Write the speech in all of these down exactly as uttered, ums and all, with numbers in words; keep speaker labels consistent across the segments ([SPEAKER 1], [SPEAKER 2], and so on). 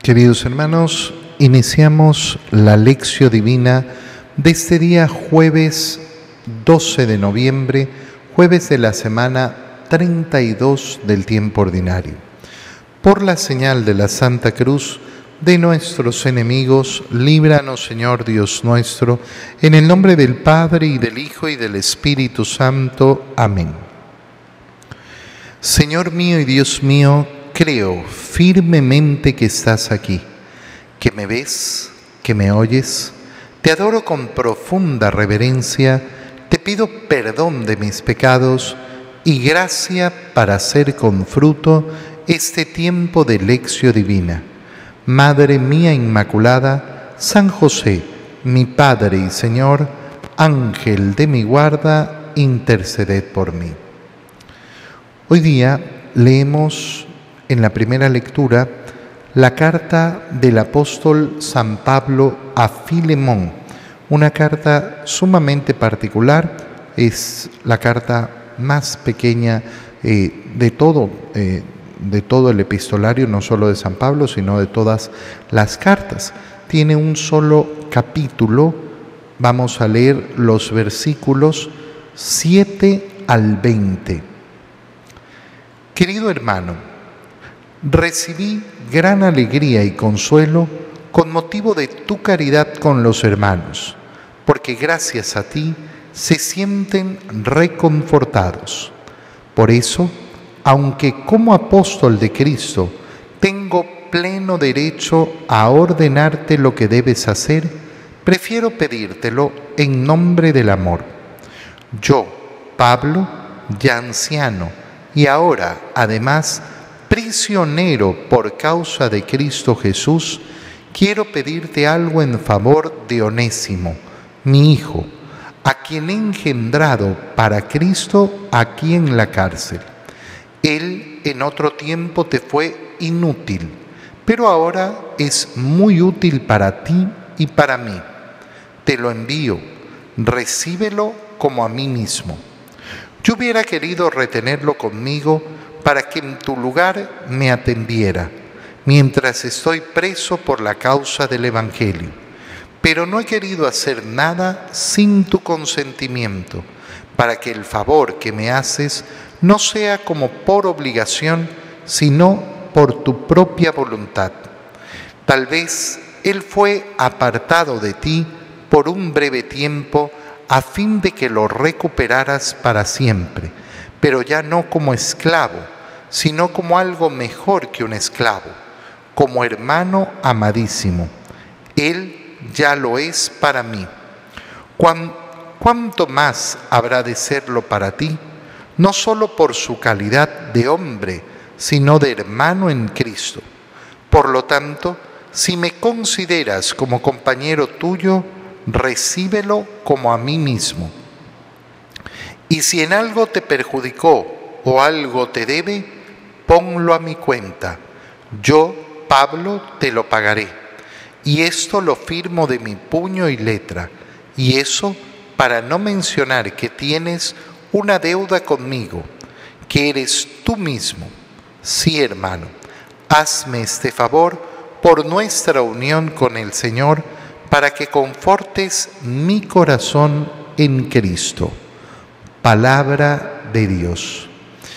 [SPEAKER 1] Queridos hermanos, iniciamos la Lección Divina de este día jueves doce de noviembre, jueves de la semana treinta y dos del tiempo ordinario. Por la señal de la Santa Cruz de nuestros enemigos, líbranos, Señor Dios nuestro, en el nombre del Padre, y del Hijo, y del Espíritu Santo. Amén. Señor mío y Dios mío, creo firmemente que estás aquí, que me ves, que me oyes. Te adoro con profunda reverencia, te pido perdón de mis pecados y gracia para hacer con fruto este tiempo de Lección Divina. Madre mía Inmaculada, San José, mi Padre y Señor, Ángel de mi guarda, interceded por mí. Hoy día leemos en la primera lectura la carta del apóstol San Pablo a Filemón, una carta sumamente particular. Es la carta más pequeña eh, de todo, eh, de todo el epistolario, no solo de San Pablo, sino de todas las cartas. Tiene un solo capítulo. Vamos a leer los versículos siete al veinte. Querido hermano, recibí gran alegría y consuelo con motivo de tu caridad con los hermanos, porque gracias a ti se sienten reconfortados. Por eso, aunque como apóstol de Cristo tengo pleno derecho a ordenarte lo que debes hacer, prefiero pedírtelo en nombre del amor. Yo, Pablo, ya anciano y ahora, además, prisionero por causa de Cristo Jesús, quiero pedirte algo en favor de Onésimo, mi hijo, a quien he engendrado para Cristo aquí en la cárcel. Él en otro tiempo te fue inútil, pero ahora es muy útil para ti y para mí. Te lo envío, recíbelo como a mí mismo. Yo hubiera querido retenerlo conmigo para que en tu lugar me atendiera, mientras estoy preso por la causa del Evangelio. Pero no he querido hacer nada sin tu consentimiento, para que el favor que me haces no sea como por obligación, sino por tu propia voluntad. Tal vez él fue apartado de ti por un breve tiempo, a fin de que lo recuperaras para siempre, pero ya no como esclavo, sino como algo mejor que un esclavo, como hermano amadísimo. Él ya lo es para mí. ¿Cuán, ¿Cuánto más habrá de serlo para ti? No solo por su calidad de hombre, sino de hermano en Cristo. Por lo tanto, si me consideras como compañero tuyo, recíbelo como a mí mismo. Y si en algo te perjudicó o algo te debe, ponlo a mi cuenta. Yo, Pablo, te lo pagaré. Y esto lo firmo de mi puño y letra. Y eso para no mencionar que tienes una deuda conmigo, que eres tú mismo. Sí, hermano, hazme este favor por nuestra unión con el Señor, para que confortes mi corazón en Cristo. Palabra de Dios.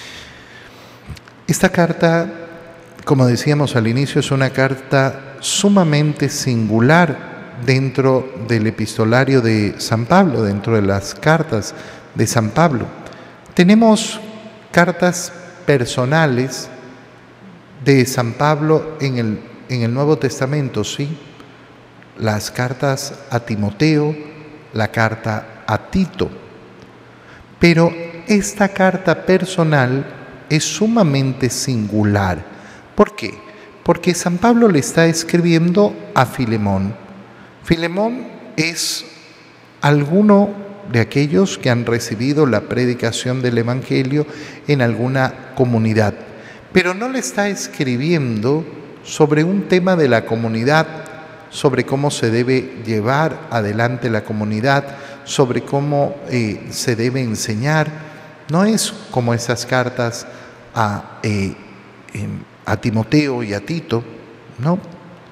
[SPEAKER 1] Esta carta, como decíamos al inicio, es una carta sumamente singular dentro del epistolario de San Pablo, dentro de las cartas de San Pablo. Tenemos cartas personales de San Pablo en el, en el Nuevo Testamento, sí. Las cartas a Timoteo, la carta a Tito. Pero esta carta personal es sumamente singular. ¿Por qué? Porque San Pablo le está escribiendo a Filemón. Filemón es alguno de aquellos que han recibido la predicación del Evangelio en alguna comunidad, pero no le está escribiendo sobre un tema de la comunidad, sobre cómo se debe llevar adelante la comunidad, sobre cómo eh, se debe enseñar. No es como esas cartas a, eh, a Timoteo y a Tito, ¿no?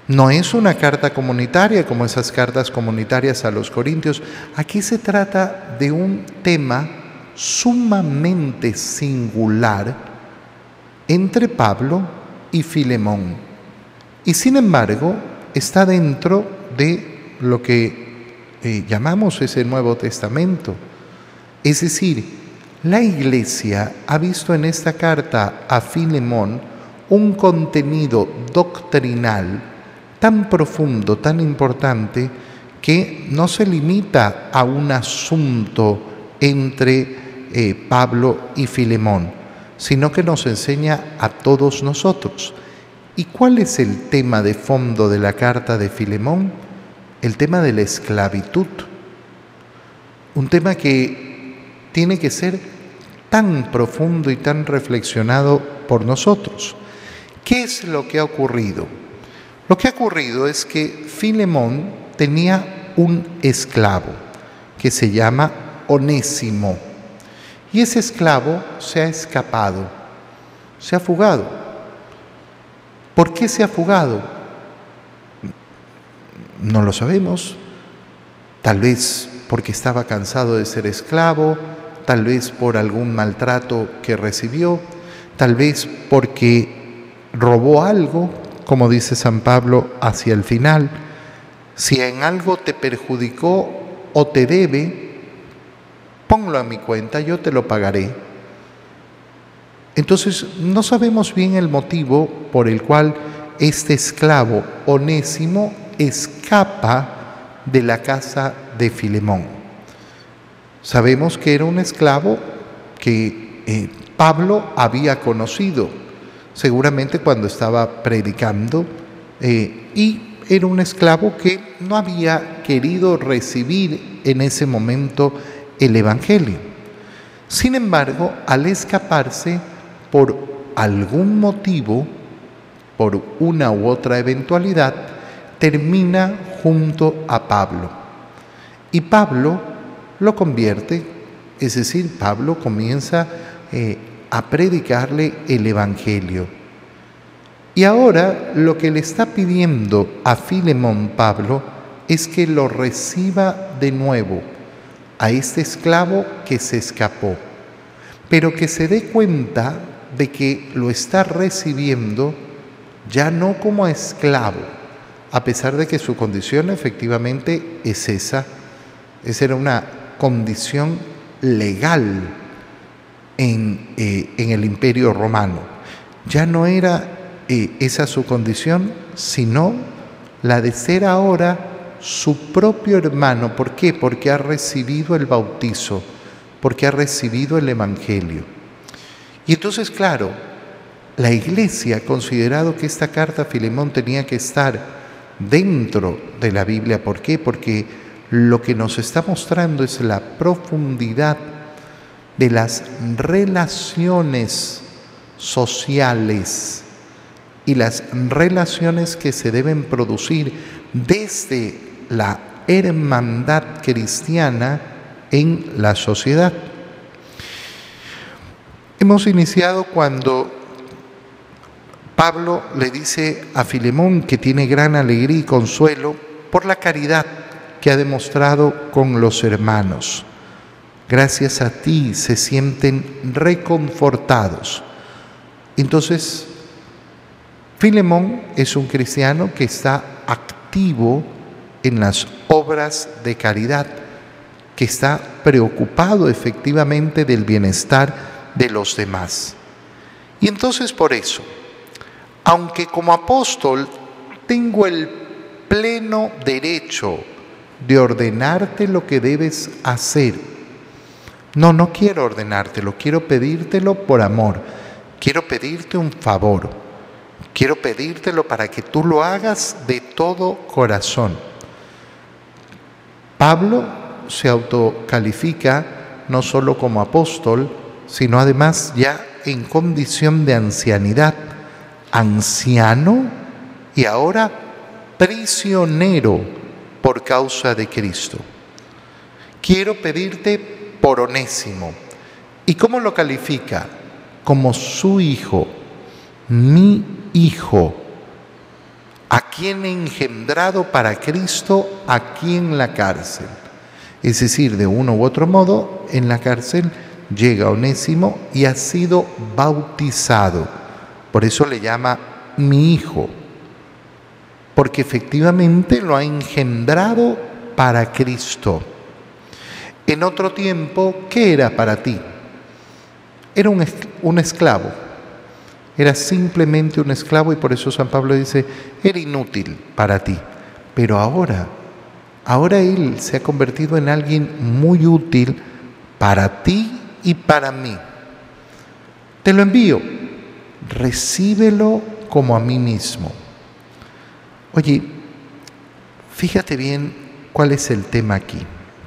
[SPEAKER 1] No es una carta comunitaria como esas cartas comunitarias a los Corintios. Aquí se trata de un tema sumamente singular entre Pablo y Filemón. Y sin embargo, está dentro de lo que eh, llamamos ese Nuevo Testamento. Es decir, la Iglesia ha visto en esta carta a Filemón un contenido doctrinal tan profundo, tan importante, que no se limita a un asunto entre eh, Pablo y Filemón, sino que nos enseña a todos nosotros. ¿Y cuál es el tema de fondo de la carta de Filemón? El tema de la esclavitud. Un tema que tiene que ser tan profundo y tan reflexionado por nosotros. ¿Qué es lo que ha ocurrido? Lo que ha ocurrido es que Filemón tenía un esclavo que se llama Onésimo. Y ese esclavo se ha escapado, se ha fugado. ¿Por qué se ha fugado? No lo sabemos. Tal vez porque estaba cansado de ser esclavo, tal vez por algún maltrato que recibió, tal vez porque robó algo, como dice San Pablo hacia el final. Si en algo te perjudicó o te debe, ponlo a mi cuenta, yo te lo pagaré. Entonces, no sabemos bien el motivo por el cual este esclavo Onésimo escapa de la casa de Filemón. Sabemos que era un esclavo que eh, Pablo había conocido, seguramente cuando estaba predicando, eh, y era un esclavo que no había querido recibir en ese momento el Evangelio. Sin embargo, al escaparse, por algún motivo, por una u otra eventualidad, termina junto a Pablo. Y Pablo lo convierte, es decir, Pablo comienza eh, a predicarle el Evangelio. Y ahora lo que le está pidiendo a Filemón Pablo es que lo reciba de nuevo a este esclavo que se escapó, pero que se dé cuenta de que lo está recibiendo ya no como esclavo, a pesar de que su condición efectivamente es esa. Esa era una condición legal en, eh, en el Imperio Romano. Ya no era eh, esa su condición, sino la de ser ahora su propio hermano. ¿Por qué? Porque ha recibido el bautizo, porque ha recibido el Evangelio. Y entonces, claro, la Iglesia ha considerado que esta carta a Filemón tenía que estar dentro de la Biblia. ¿Por qué? Porque lo que nos está mostrando es la profundidad de las relaciones sociales y las relaciones que se deben producir desde la hermandad cristiana en la sociedad. Hemos iniciado cuando Pablo le dice a Filemón que tiene gran alegría y consuelo por la caridad que ha demostrado con los hermanos. Gracias a ti se sienten reconfortados. Entonces, Filemón es un cristiano que está activo en las obras de caridad, que está preocupado efectivamente del bienestar de los demás. Y entonces por eso, aunque como apóstol tengo el pleno derecho de ordenarte lo que debes hacer, no, no quiero ordenártelo, quiero pedírtelo por amor, quiero pedirte un favor, quiero pedírtelo para que tú lo hagas de todo corazón. Pablo se autocalifica no solo como apóstol, sino además ya en condición de ancianidad, anciano y ahora prisionero por causa de Cristo. Quiero pedirte por Onésimo. ¿Y cómo lo califica? Como su hijo, mi hijo, ¿A quién he engendrado para Cristo aquí en la cárcel? Es decir, de uno u otro modo, en la cárcel llega Onésimo y ha sido bautizado. Por eso le llama mi hijo, porque efectivamente lo ha engendrado para Cristo. En otro tiempo, ¿qué era para ti? Era un, un esclavo. Era simplemente un esclavo y por eso San Pablo dice, era inútil para ti. Pero ahora, ahora él se ha convertido en alguien muy útil para ti y para mí. Te lo envío, recíbelo como a mí mismo. Oye, fíjate bien cuál es el tema aquí.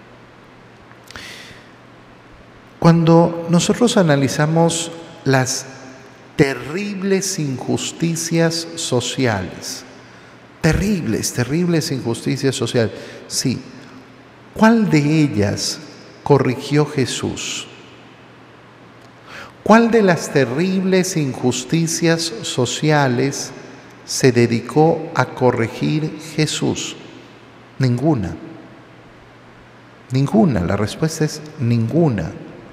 [SPEAKER 1] Cuando nosotros analizamos las terribles injusticias sociales, terribles, terribles injusticias sociales, sí, ¿cuál de ellas corrigió Jesús? ¿Cuál de las terribles injusticias sociales se dedicó a corregir Jesús? Ninguna. Ninguna. La respuesta es ninguna.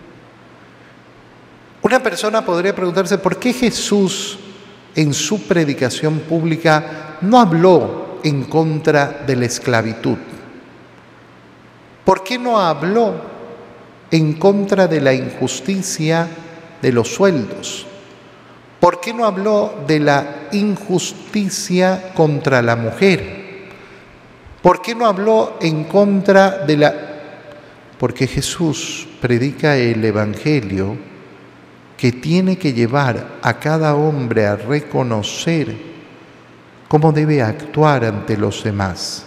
[SPEAKER 1] Una persona podría preguntarse por qué Jesús en su predicación pública no habló en contra de la esclavitud. ¿Por qué no habló en contra de la injusticia de los sueldos? ¿Por qué no habló de la injusticia contra la mujer? ¿Por qué no habló en contra de la... Porque Jesús predica el Evangelio que tiene que llevar a cada hombre a reconocer cómo debe actuar ante los demás.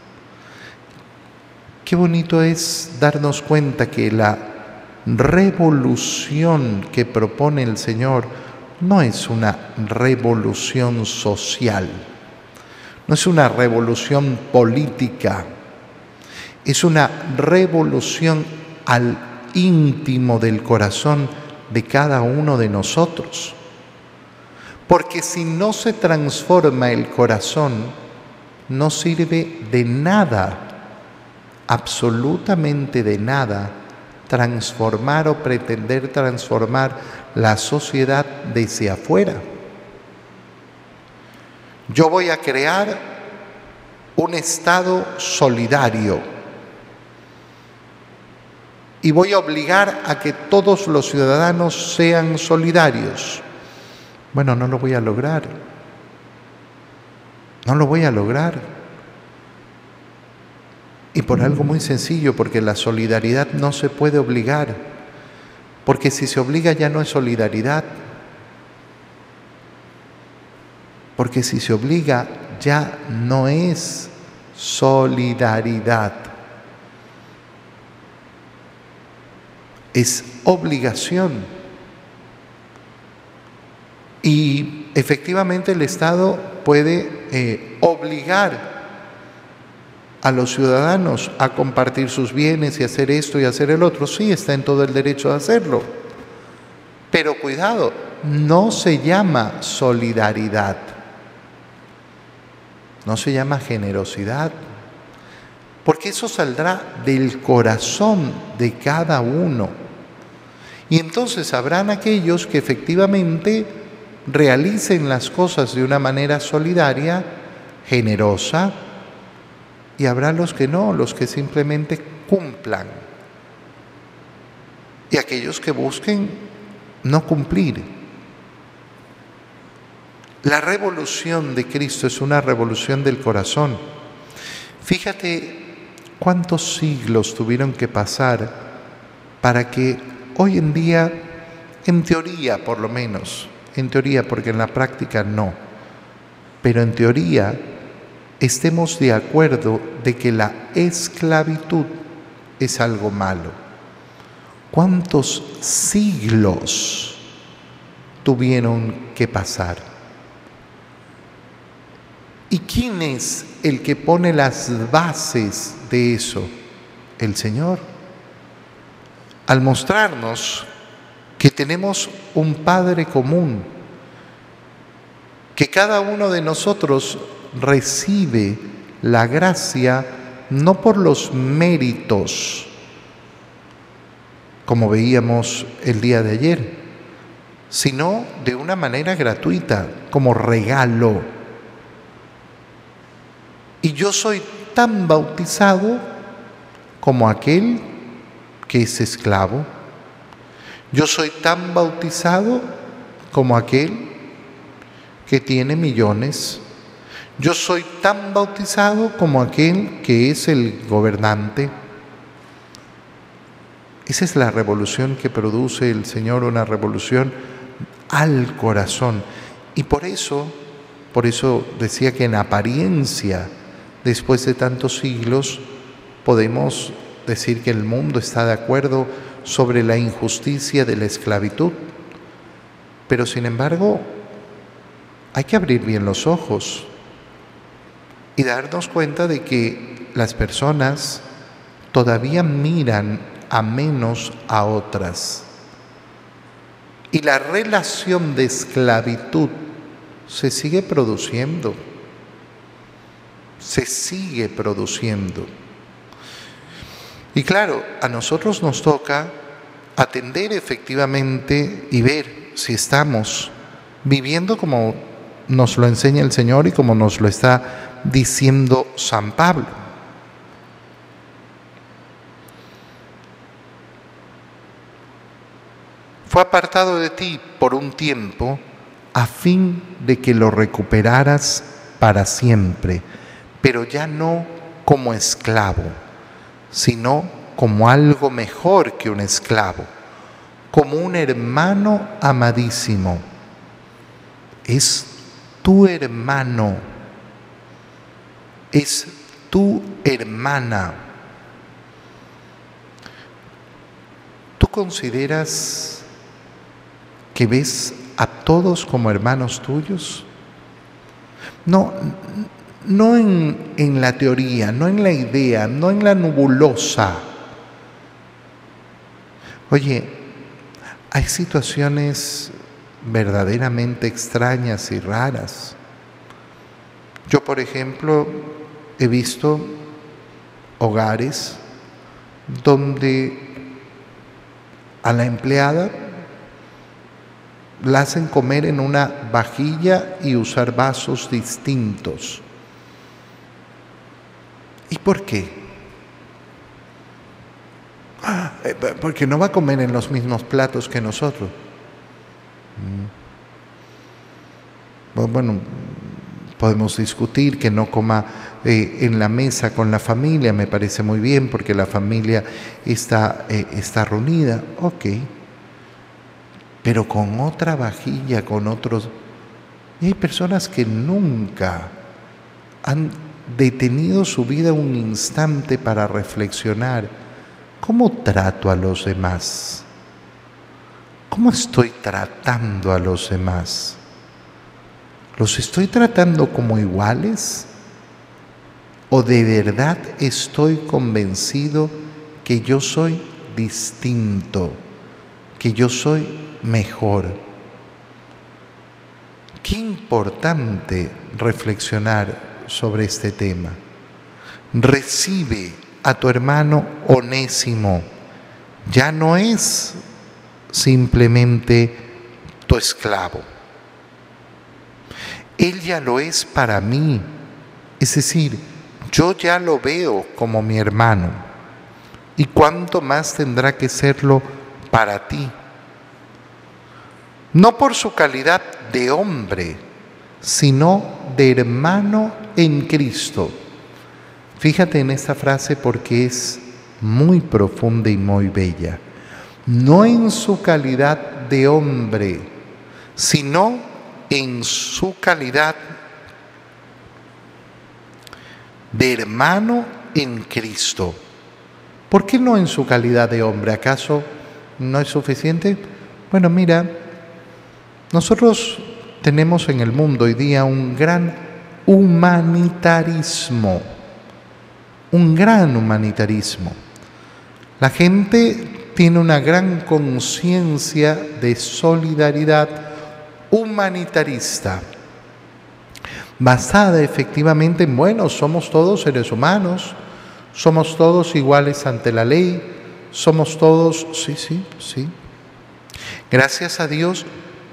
[SPEAKER 1] Qué bonito es darnos cuenta que la revolución que propone el Señor no es una revolución social, no es una revolución política, es una revolución al íntimo del corazón de cada uno de nosotros. Porque si no se transforma el corazón, no sirve de nada, absolutamente de nada, transformar o pretender transformar la sociedad desde afuera. Yo voy a crear un Estado solidario y voy a obligar a que todos los ciudadanos sean solidarios. Bueno, no lo voy a lograr. No lo voy a lograr. Y por algo muy sencillo, porque la solidaridad no se puede obligar. Porque si se obliga ya no es solidaridad. Porque si se obliga ya no es solidaridad. Es obligación. Y efectivamente el Estado puede eh, obligar a los ciudadanos a compartir sus bienes y hacer esto y hacer el otro. Sí, está en todo el derecho de hacerlo. Pero cuidado, no se llama solidaridad. No se llama generosidad. Porque eso saldrá del corazón de cada uno. Y entonces habrán aquellos que efectivamente realicen las cosas de una manera solidaria, generosa, y habrá los que no, los que simplemente cumplan. Y aquellos que busquen no cumplir. La revolución de Cristo es una revolución del corazón. Fíjate cuántos siglos tuvieron que pasar para que hoy en día, en teoría por lo menos, en teoría porque en la práctica no, pero en teoría estemos de acuerdo de que la esclavitud es algo malo. ¿Cuántos siglos tuvieron que pasar? ¿Y quién es el que pone las bases de eso? El Señor. Al mostrarnos que tenemos un Padre común, que cada uno de nosotros recibe la gracia no por los méritos, como veíamos el día de ayer, sino de una manera gratuita, como regalo. Y yo soy tan bautizado como aquel que es esclavo. Yo soy tan bautizado como aquel que tiene millones. Yo soy tan bautizado como aquel que es el gobernante. Esa es la revolución que produce el Señor, una revolución al corazón. Y por eso, por eso decía que en apariencia, después de tantos siglos, podemos decir que el mundo está de acuerdo sobre la injusticia de la esclavitud. Pero sin embargo, hay que abrir bien los ojos y darnos cuenta de que las personas todavía miran a menos a otras. Y la relación de esclavitud se sigue produciendo, se sigue produciendo. Y claro, a nosotros nos toca atender efectivamente y ver si estamos viviendo como nos lo enseña el Señor y como nos lo está diciendo San Pablo. Fue apartado de ti por un tiempo a fin de que lo recuperaras para siempre, pero ya no como esclavo, sino como algo mejor que un esclavo, como un hermano amadísimo. Es tu hermano, es tu hermana. ¿Tú consideras que ves a todos como hermanos tuyos? No, no en, en la teoría, no en la idea, no en la nebulosa. Oye, hay situaciones verdaderamente extrañas y raras. Yo, por ejemplo, he visto hogares donde a la empleada la hacen comer en una vajilla y usar vasos distintos. ¿Y por qué? Ah, porque no va a comer en los mismos platos que nosotros. Bueno, podemos discutir que no coma eh, en la mesa con la familia, me parece muy bien, porque la familia está, eh, está reunida, ok. Pero con otra vajilla, con otros... Y hay personas que nunca han detenido su vida un instante para reflexionar: ¿cómo trato a los demás? ¿Cómo estoy tratando a los demás? ¿Los estoy tratando como iguales? ¿O de verdad estoy convencido que yo soy distinto, que yo soy mejor? Qué importante reflexionar sobre este tema. Recibe a tu hermano Onésimo. Ya no es simplemente tu esclavo. Él ya lo es para mí. Es decir, yo ya lo veo como mi hermano. ¿Y cuánto más tendrá que serlo para ti? No por su calidad de hombre, sino de hermano en Cristo. Fíjate en esta frase porque es muy profunda y muy bella. No en su calidad de hombre, sino en su calidad de hermano en Cristo. ¿Por qué no en su calidad de hombre? ¿Acaso no es suficiente? Bueno, mira, nosotros tenemos en el mundo hoy día un gran humanitarismo, un gran humanitarismo. La gente tiene una gran conciencia de solidaridad humanitarista, basada efectivamente en, bueno, somos todos seres humanos, somos todos iguales ante la ley, somos todos, sí, sí, sí. Gracias a Dios,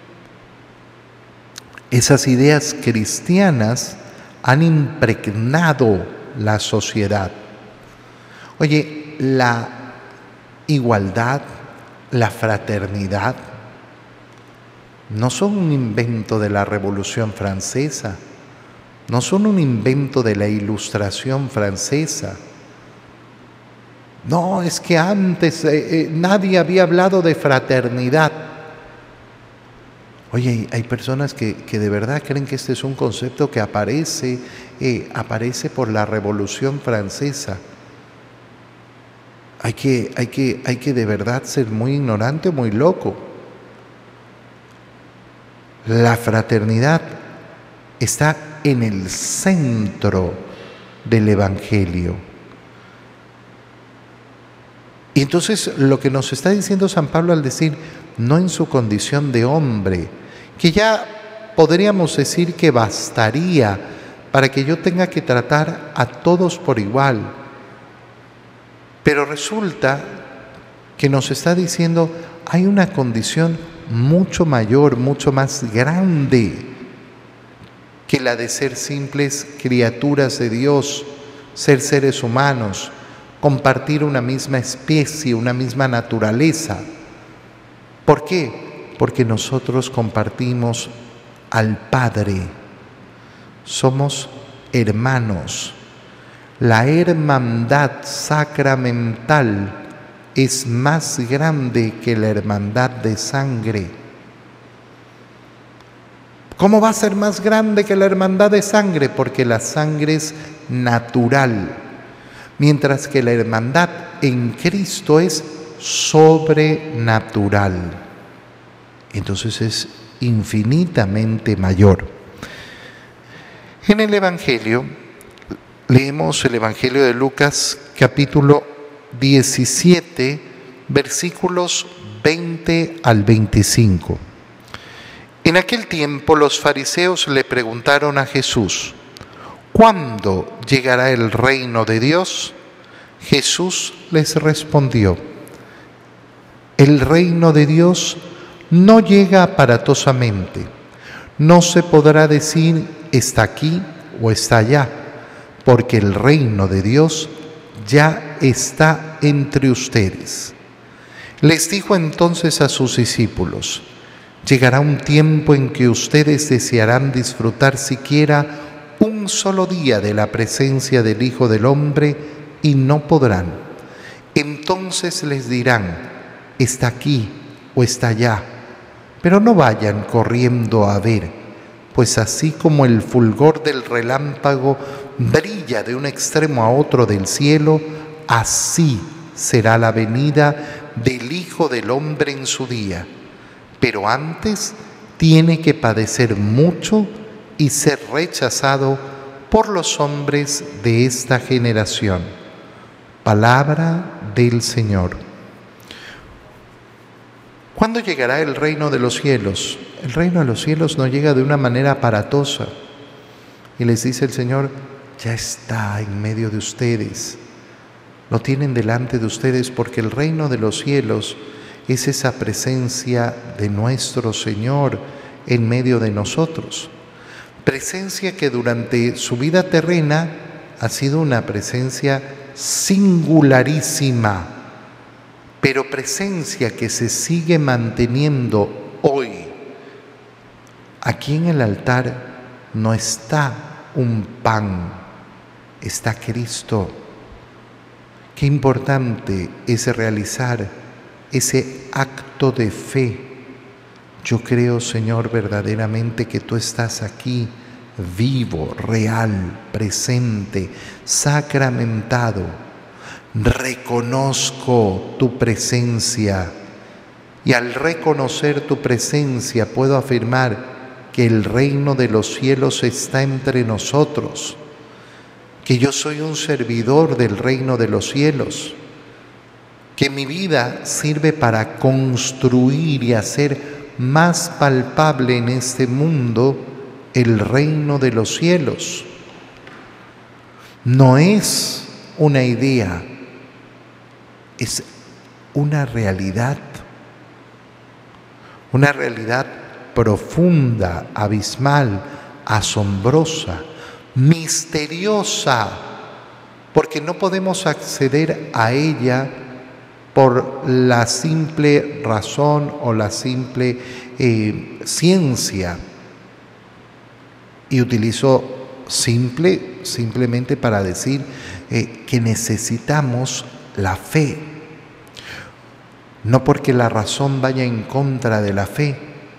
[SPEAKER 1] esas ideas cristianas han impregnado la sociedad. Oye, la igualdad, la fraternidad, no son un invento de la Revolución Francesa, no son un invento de la Ilustración Francesa. No, es que antes eh, eh, nadie había hablado de fraternidad. Oye, hay personas que, que de verdad creen que este es un concepto que aparece, eh, aparece por la Revolución Francesa. Hay que, hay que, hay que de verdad ser muy ignorante o muy loco. La fraternidad está en el centro del Evangelio. Y entonces lo que nos está diciendo San Pablo al decir, no en su condición de hombre, que ya podríamos decir que bastaría para que yo tenga que tratar a todos por igual. Pero resulta que nos está diciendo, hay una condición mucho mayor, mucho más grande que la de ser simples criaturas de Dios, ser seres humanos, compartir una misma especie, una misma naturaleza. ¿Por qué? Porque nosotros compartimos al Padre. Somos hermanos. La hermandad sacramental es más grande que la hermandad de sangre. ¿Cómo va a ser más grande que la hermandad de sangre? Porque la sangre es natural, mientras que la hermandad en Cristo es sobrenatural. Entonces es infinitamente mayor. En el Evangelio, leemos el Evangelio de Lucas, capítulo diecisiete, versículos veinte al veinticinco. En aquel tiempo los fariseos le preguntaron a Jesús, ¿cuándo llegará el reino de Dios? Jesús les respondió, el reino de Dios no llega aparatosamente, no se podrá decir está aquí o está allá, porque el reino de Dios ya está entre ustedes. Les dijo entonces a sus discípulos, llegará un tiempo en que ustedes desearán disfrutar siquiera un solo día de la presencia del Hijo del Hombre y no podrán. Entonces les dirán, está aquí o está allá, pero no vayan corriendo a ver, pues así como el fulgor del relámpago brilla de un extremo a otro del cielo, así será la venida del Hijo del Hombre en su día. Pero antes tiene que padecer mucho y ser rechazado por los hombres de esta generación. Palabra del Señor. ¿Cuándo llegará el reino de los cielos? El reino de los cielos no llega de una manera aparatosa. Y les dice el Señor, ya está en medio de ustedes. Lo tienen delante de ustedes porque el reino de los cielos es esa presencia de nuestro Señor en medio de nosotros. Presencia que durante su vida terrena ha sido una presencia singularísima, pero presencia que se sigue manteniendo hoy. Aquí en el altar no está un pan, está Cristo. Qué importante es realizar ese acto de fe. Yo creo, Señor, verdaderamente que tú estás aquí, vivo, real, presente, sacramentado. Reconozco tu presencia y al reconocer tu presencia puedo afirmar que el reino de los cielos está entre nosotros, que yo soy un servidor del reino de los cielos, que mi vida sirve para construir y hacer más palpable en este mundo el reino de los cielos. No es una idea, es una realidad, una realidad profunda, abismal, asombrosa, misteriosa, porque no podemos acceder a ella por la simple razón o la simple eh, ciencia. Y utilizo simple simplemente para decir eh, que necesitamos la fe. No porque la razón vaya en contra de la fe,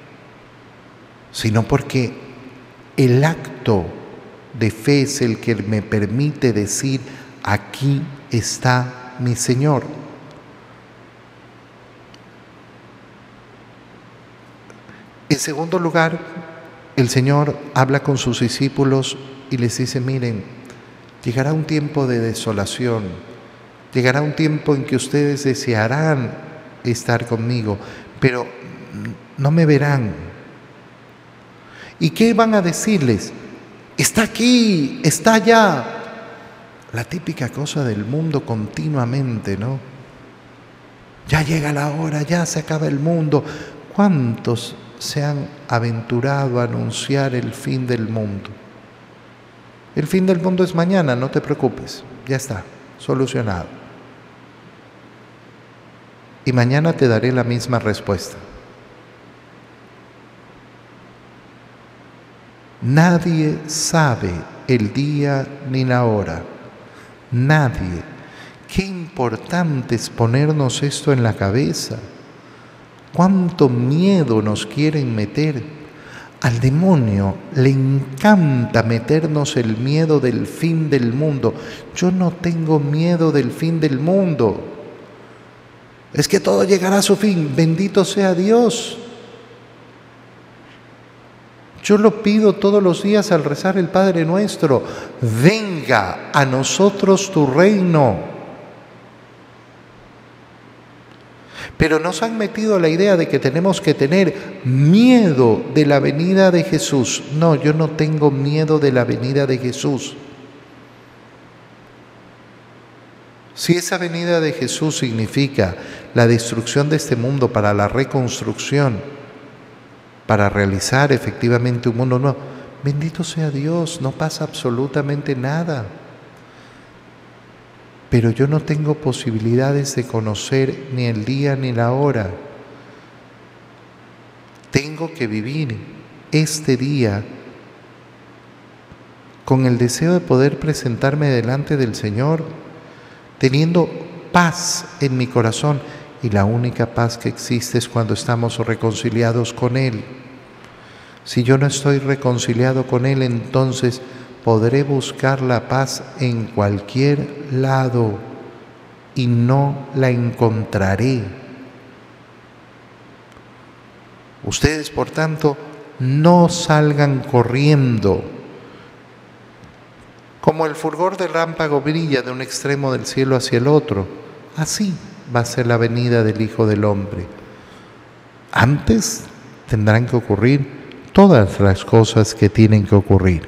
[SPEAKER 1] sino porque el acto de fe es el que me permite decir: aquí está mi Señor. En segundo lugar, el Señor habla con sus discípulos y les dice: miren, llegará un tiempo de desolación, llegará un tiempo en que ustedes desearán estar conmigo, pero no me verán. ¿Y qué van a decirles? Está aquí, está allá. La típica cosa del mundo continuamente, ¿no? Ya llega la hora, ya se acaba el mundo. ¿Cuántos se han aventurado a anunciar el fin del mundo? El fin del mundo es mañana, no te preocupes, ya está, solucionado. Y mañana te daré la misma respuesta. Nadie sabe el día ni la hora. Nadie. Qué importante es ponernos esto en la cabeza. Cuánto miedo nos quieren meter. Al demonio le encanta meternos el miedo del fin del mundo. Yo no tengo miedo del fin del mundo. Es que todo llegará a su fin. Bendito sea Dios. Yo lo pido todos los días al rezar el Padre Nuestro. Venga a nosotros tu reino. Pero nos han metido la idea de que tenemos que tener miedo de la venida de Jesús. No, yo no tengo miedo de la venida de Jesús. Si esa venida de Jesús significa la destrucción de este mundo para la reconstrucción, para realizar efectivamente un mundo nuevo, bendito sea Dios, no pasa absolutamente nada. Pero yo no tengo posibilidades de conocer ni el día ni la hora. Tengo que vivir este día con el deseo de poder presentarme delante del Señor, teniendo paz en mi corazón. Y la única paz que existe es cuando estamos reconciliados con Él. Si yo no estoy reconciliado con Él, entonces podré buscar la paz en cualquier lado y no la encontraré. Ustedes, por tanto, no salgan corriendo. Como el fulgor del relámpago brilla de un extremo del cielo hacia el otro, así va a ser la venida del Hijo del Hombre. Antes tendrán que ocurrir todas las cosas que tienen que ocurrir.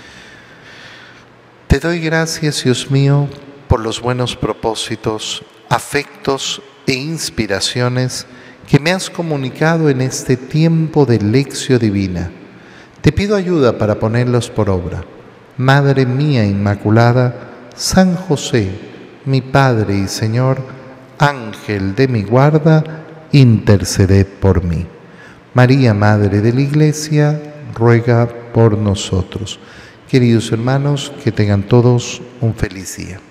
[SPEAKER 1] Te doy gracias, Dios mío, por los buenos propósitos, afectos e inspiraciones que me has comunicado en este tiempo de lección divina. Te pido ayuda para ponerlos por obra. Madre mía Inmaculada, San José, mi Padre y Señor, Ángel de mi guarda, interceded por mí. María, Madre de la Iglesia, ruega por nosotros. Queridos hermanos, que tengan todos un feliz día.